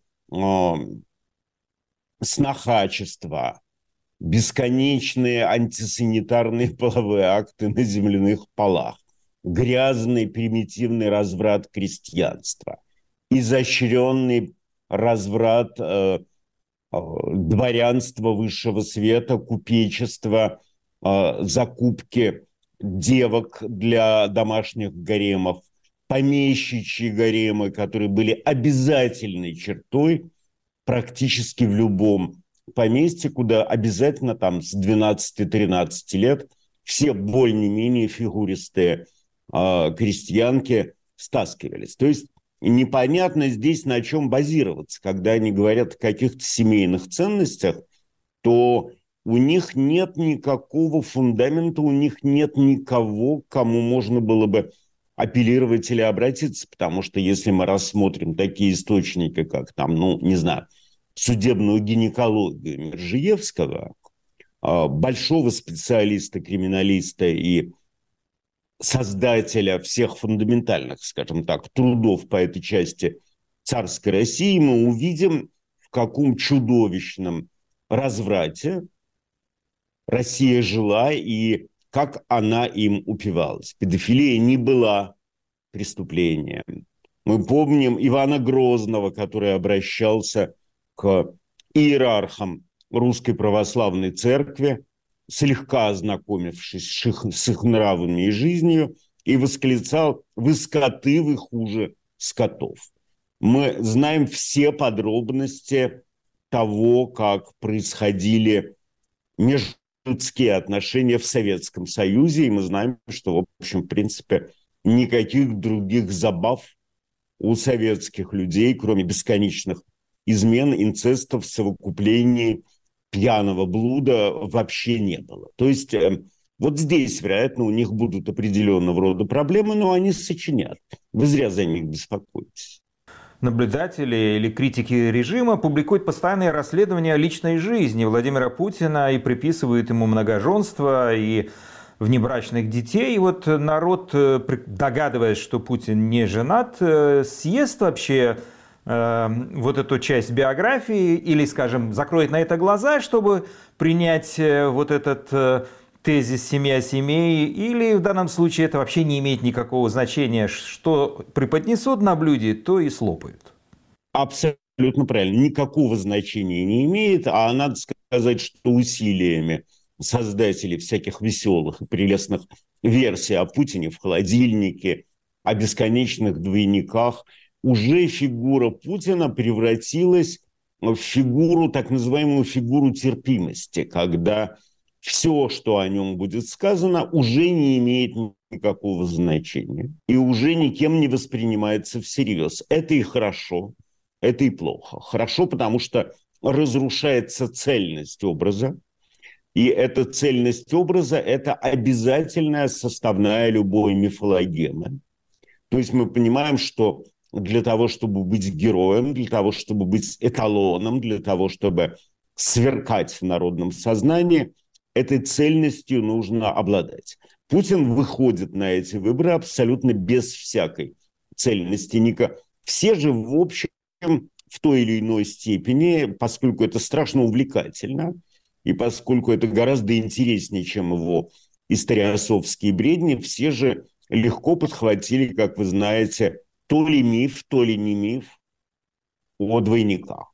снохачество, бесконечные антисанитарные половые акты на земляных полах, грязный примитивный разврат крестьянства, изощренный разврат дворянства высшего света, купечества, закупки девок для домашних гаремов, помещичьи гаремы, которые были обязательной чертой практически в любом поместье, куда обязательно там с 12-13 лет все более-менее фигуристые крестьянки стаскивались. То есть непонятно здесь, на чем базироваться. Когда они говорят о каких-то семейных ценностях, то у них нет никакого фундамента, у них нет никого, к кому можно было бы апеллировать или обратиться. Потому что если мы рассмотрим такие источники, как там, не знаю, судебную гинекологию Мержиевского, большого специалиста, криминалиста и создателя всех фундаментальных, скажем так, трудов по этой части царской России, мы увидим, в каком чудовищном разврате Россия жила и как она им упивалась. Педофилия не была преступлением. Мы помним Ивана Грозного, который обращался к иерархам Русской Православной Церкви, слегка ознакомившись с их нравами и жизнью, и восклицал: «Вы скоты, вы хуже скотов». Мы знаем все подробности того, как происходили межлюдские отношения в Советском Союзе, и мы знаем, что, в общем, в принципе, никаких других забав у советских людей, кроме бесконечных измен, инцестов, совокуплений, пьяного блуда, вообще не было. То есть вот здесь, вероятно, у них будут определенного рода проблемы, но они сочинят. Вы зря за них беспокоитесь. Наблюдатели или критики режима публикуют постоянные расследования о личной жизни Владимира Путина и приписывают ему многоженство и внебрачных детей. И вот народ, догадываясь, что Путин не женат, съест вообще вот эту часть биографии или, скажем, закроет на это глаза, чтобы принять вот этот тезис «семья семей», или в данном случае это вообще не имеет никакого значения, что преподнесут на блюде, то и слопают. Абсолютно правильно. Никакого значения не имеет, а надо сказать, что усилиями создателей всяких веселых и прелестных версий о Путине в холодильнике, о бесконечных двойниках, уже фигура Путина превратилась в фигуру, так называемую фигуру терпимости, когда все, что о нем будет сказано, уже не имеет никакого значения и уже никем не воспринимается всерьез. Это и хорошо, это и плохо. Хорошо, потому что разрушается цельность образа, и эта цельность образа – это обязательная составная любой мифологемы. То есть мы понимаем, что для того, чтобы быть героем, для того, чтобы быть эталоном, для того, чтобы сверкать в народном сознании, этой цельностью нужно обладать. Путин выходит на эти выборы абсолютно без всякой цельности. Все же, в общем, в той или иной степени, поскольку это страшно увлекательно, и поскольку это гораздо интереснее, чем его историосовские бредни, все же легко подхватили, как вы знаете, то ли миф, то ли не миф о двойниках.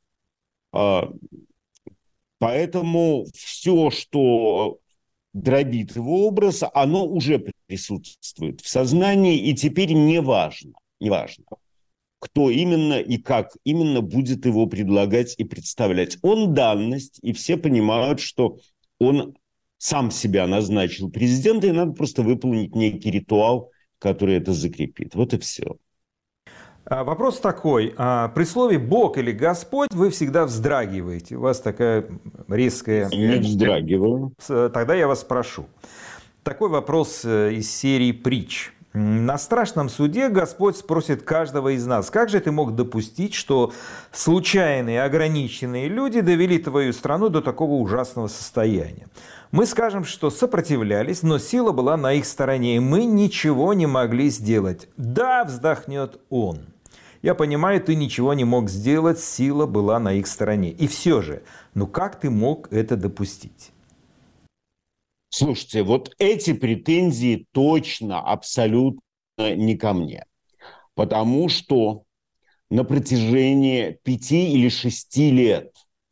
Поэтому все, что дробит его образ, оно уже присутствует в сознании, и теперь неважно, кто именно и как именно будет его предлагать и представлять. Он данность, и все понимают, что он сам себя назначил президентом, и надо просто выполнить некий ритуал, который это закрепит. Вот и все. Вопрос такой. При слове «Бог» или «Господь» вы всегда вздрагиваете. У вас такая резкая... Не вздрагиваю. Тогда я вас спрошу. Такой вопрос из серии притч. На страшном суде Господь спросит каждого из нас: как же ты мог допустить, что случайные ограниченные люди довели твою страну до такого ужасного состояния? Мы скажем, что сопротивлялись, но сила была на их стороне, и мы ничего не могли сделать. Да, вздохнет он. Я понимаю, ты ничего не мог сделать, сила была на их стороне. И все же, ну как ты мог это допустить? Слушайте, вот эти претензии точно, абсолютно не ко мне. Потому что на протяжении 5 или 6 лет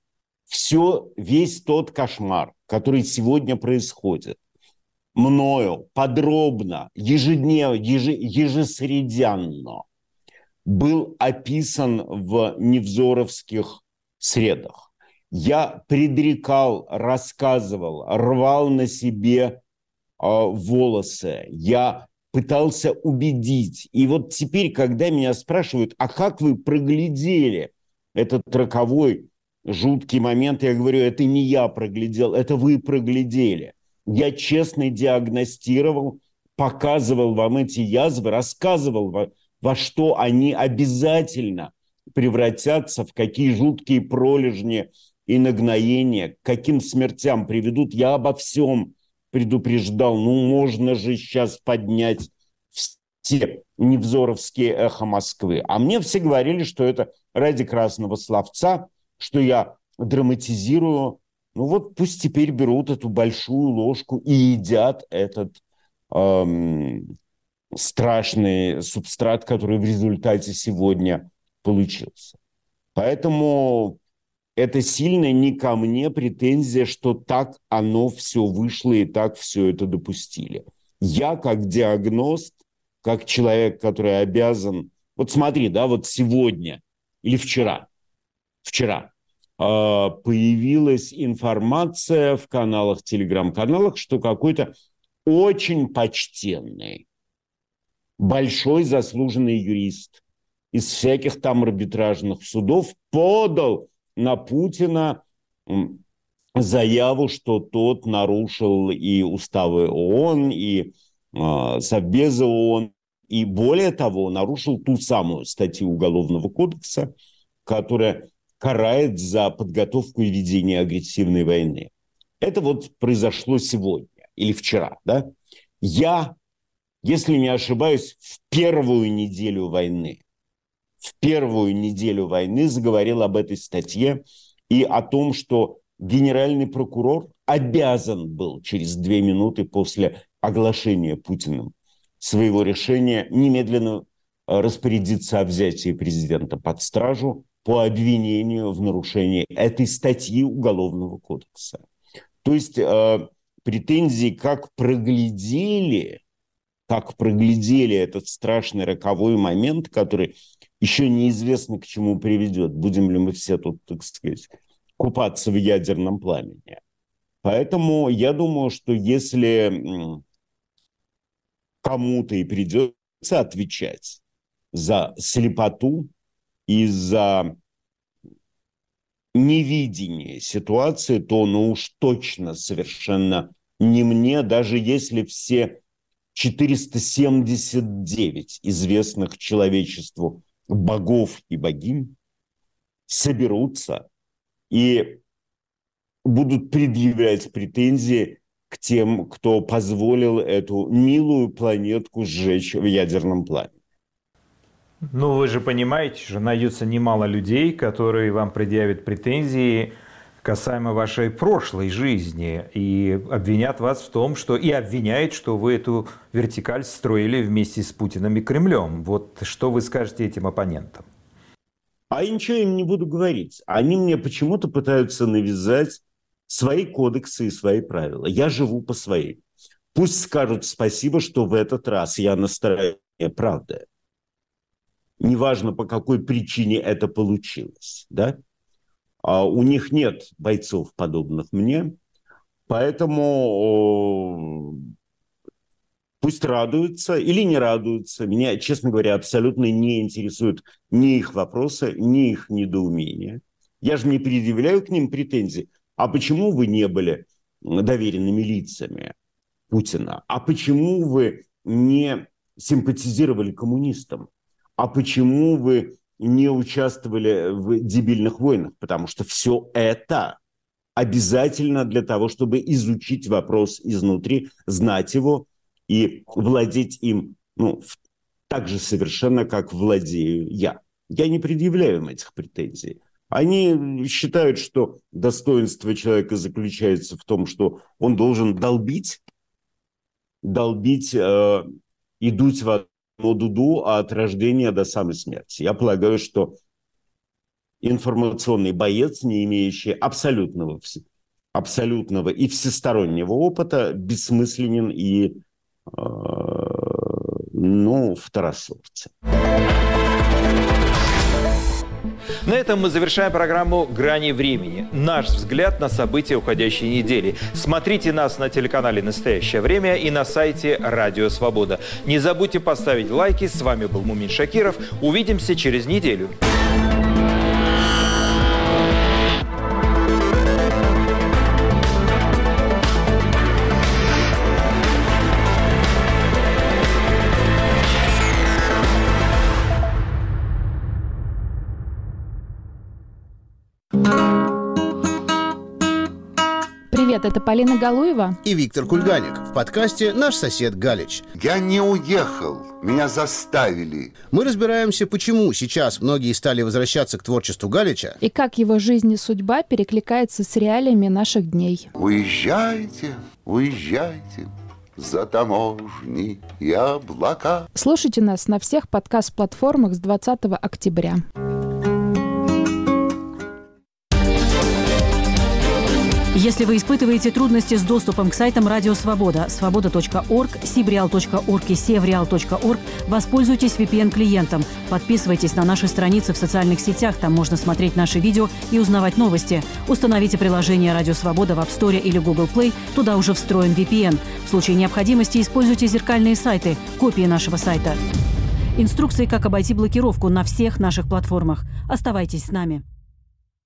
весь тот кошмар, который сегодня происходит, мною подробно, ежедневно, ежесредянно был описан в невзоровских средах. Я предрекал, рассказывал, рвал на себе волосы. Я пытался убедить. И вот теперь, когда меня спрашивают, а как вы проглядели этот роковой жуткий момент, я говорю, это не я проглядел, это вы проглядели. Я честно диагностировал, показывал вам эти язвы, рассказывал, во что они обязательно превратятся, в какие жуткие пролежни и нагноения, к каким смертям приведут. Я обо всем предупреждал. Ну, можно же сейчас поднять все невзоровские эхо Москвы. А мне все говорили, что это ради красного словца, что я драматизирую ну вот пусть теперь берут эту большую ложку и едят этот страшный субстрат, который в результате сегодня получился. Поэтому это сильно не ко мне претензия, что так оно все вышло и так все это допустили. Я как диагност, как человек, который обязан... Вот смотри, да, вот сегодня или вчера появилась информация в каналах, телеграм-каналах, что какой-то очень почтенный, большой заслуженный юрист из всяких там арбитражных судов подал на Путина заяву, что тот нарушил и уставы ООН, и Совбеза ООН, и более того, нарушил ту самую статью Уголовного кодекса, которая карает за подготовку и ведение агрессивной войны. Это вот произошло сегодня или вчера, да? Я, если не ошибаюсь, в первую неделю войны заговорил об этой статье и о том, что генеральный прокурор обязан был через 2 минуты после оглашения Путиным своего решения немедленно распорядиться о взятии президента под стражу по обвинению в нарушении этой статьи Уголовного кодекса. То есть претензии, как проглядели этот страшный роковой момент, который еще неизвестно к чему приведет. Будем ли мы все тут, так сказать, купаться в ядерном пламени. Поэтому я думаю, что если кому-то и придется отвечать за слепоту и за невидение ситуации, то уж точно совершенно не мне, даже если все 479 известных человечеству богов и богинь соберутся и будут предъявлять претензии к тем, кто позволил эту милую планетку сжечь в ядерном пламени. Ну, вы же понимаете, что найдется немало людей, которые вам предъявят претензии касаемо вашей прошлой жизни и обвинят вас в том, что и обвиняют, что вы эту вертикаль строили вместе с Путиным и Кремлем. Вот что вы скажете этим оппонентам? А я ничего им не буду говорить. Они мне почему-то пытаются навязать свои кодексы и свои правила. Я живу по своим. Пусть скажут спасибо, что в этот раз я на стороне правды. Неважно, по какой причине это получилось, да? У них нет бойцов, подобных мне, поэтому пусть радуются или не радуются. Меня, честно говоря, абсолютно не интересуют ни их вопросы, ни их недоумения. Я же не предъявляю к ним претензий. А почему вы не были доверенными лицами Путина? А почему вы не симпатизировали коммунистам? А почему вы не участвовали в дебильных войнах? Потому что все это обязательно для того, чтобы изучить вопрос изнутри, знать его и владеть им, так же совершенно, как владею я. Я не предъявляю им этих претензий. Они считают, что достоинство человека заключается в том, что он должен долбить и дуть в одну дуду от рождения до самой смерти. Я полагаю, что информационный боец, не имеющий абсолютного и всестороннего опыта, бессмысленен и второсортен. На этом мы завершаем программу «Грани времени». Наш взгляд на события уходящей недели. Смотрите нас на телеканале «Настоящее время» и на сайте «Радио Свобода». Не забудьте поставить лайки. С вами был Мумин Шакиров. Увидимся через неделю. Привет, это Полина Галуева и Виктор Кульганик в подкасте «Наш сосед Галич». Я не уехал, меня заставили. Мы разбираемся, почему сейчас многие стали возвращаться к творчеству Галича и как его жизнь и судьба перекликается с реалиями наших дней. Уезжайте, уезжайте за таможни и облака. Слушайте нас на всех подкаст-платформах с 20 октября. Если вы испытываете трудности с доступом к сайтам Радио Свобода, свобода.орг, sibreal.org и sevreal.org, воспользуйтесь VPN-клиентом. Подписывайтесь на наши страницы в социальных сетях, там можно смотреть наши видео и узнавать новости. Установите приложение Радио Свобода в App Store или Google Play, туда уже встроен VPN. В случае необходимости используйте зеркальные сайты, копии нашего сайта. Инструкции, как обойти блокировку на всех наших платформах. Оставайтесь с нами.